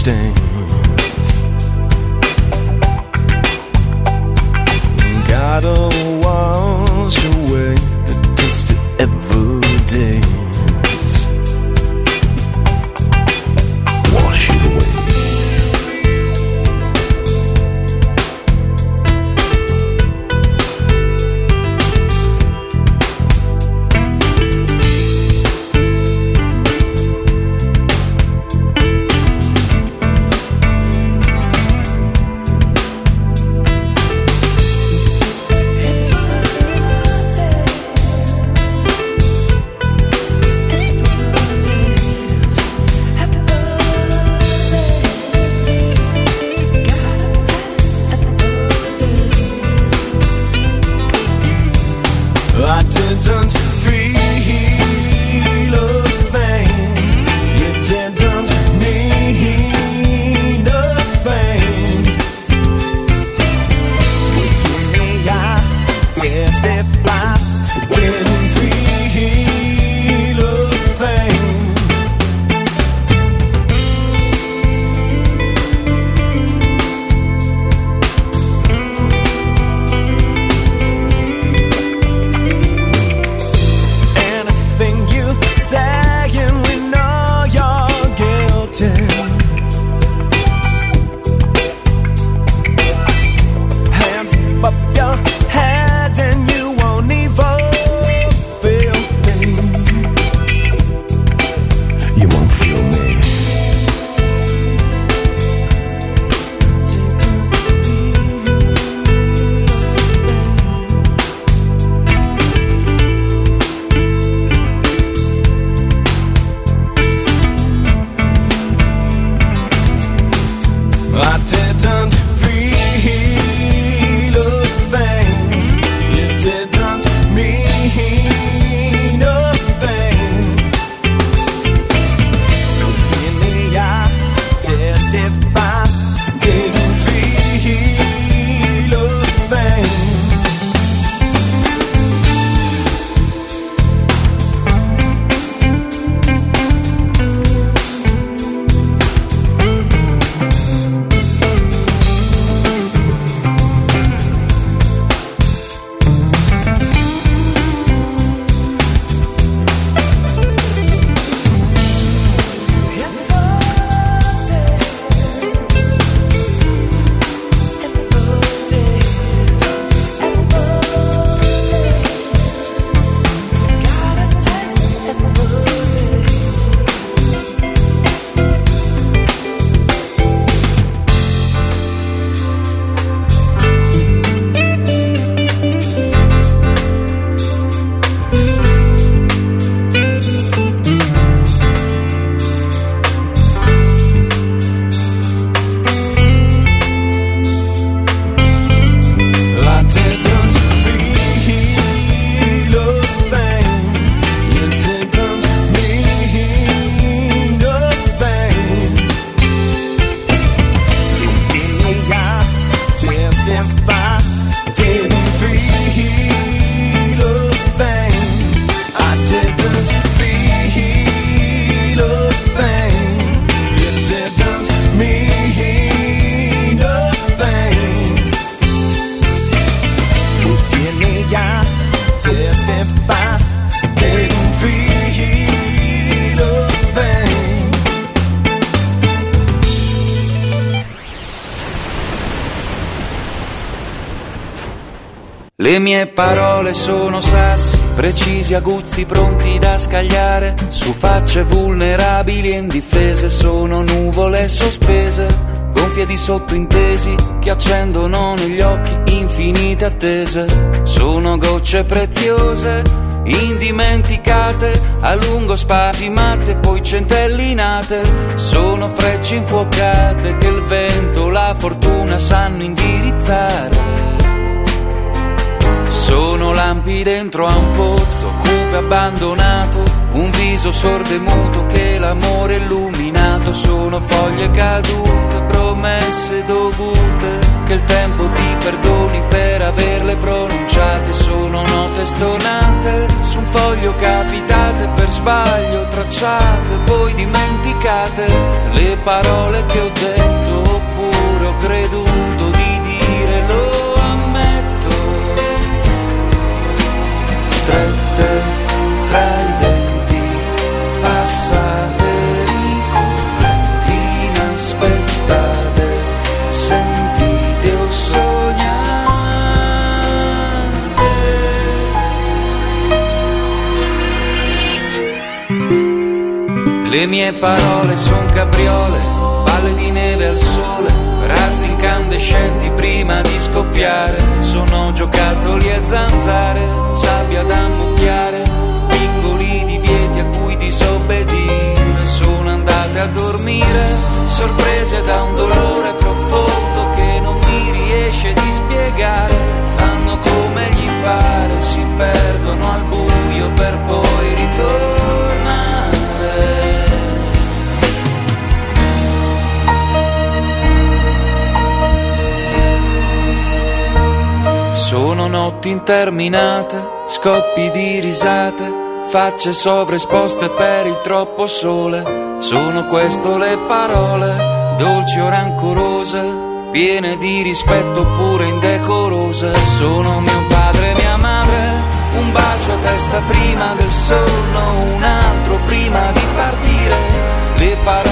stains. Gotta wash away the dust of everyday. Wash it away. I didn't feel a thing. You didn't mean a thing. With me, I testify. Didn't feel a thing. Saying we know you're guilty. Hands up your head and you won't even feel me. You won't feel me. I didn't feel a thing. You didn't mean a thing. In the eye, testify. Didn't feel a thing. Le mie parole sono sassi, precisi, aguzzi, pronti da scagliare su facce vulnerabili e indifese. Sono nuvole sospese, gonfie di sottintesi che accendono negli occhi infinite attese. Sono gocce preziose, indimenticate, a lungo spasimate, poi centellinate. Sono frecce infuocate che il vento, la fortuna sanno indirizzare. Sono lampi dentro a un pozzo, cupe abbandonato, un viso sordo e muto che l'amore è illuminato. Sono foglie cadute, promesse dovute, che il tempo ti perdoni per averle pronunciate. Sono note stonate, su un foglio capitate per sbaglio, tracciate, poi dimenticate. le parole che ho detto oppure ho creduto di dire, lo ammetto. Strette tra i denti, passate ricorrenti, inaspettate, sentite o sognate. Le mie parole son capriole, balle di neve al sole, razzi incandescenti prima di scoppiare. Sono giocattoli e zanzare, sabbia da ammucchiare, piccoli divieti a cui disobbedire. Sono andate a dormire, sorprese da un dolore profondo che non mi riesce di spiegare. Fanno come gli pare, si perdono al buio per poi ritornare. Sono notti interminate, scoppi di risate, facce sovraesposte per il troppo sole. Sono questo le parole, dolci o rancorose, piene di rispetto oppure indecorose. Sono mio padre e mia madre, un bacio a testa prima del sonno, un altro prima di partire. Le parole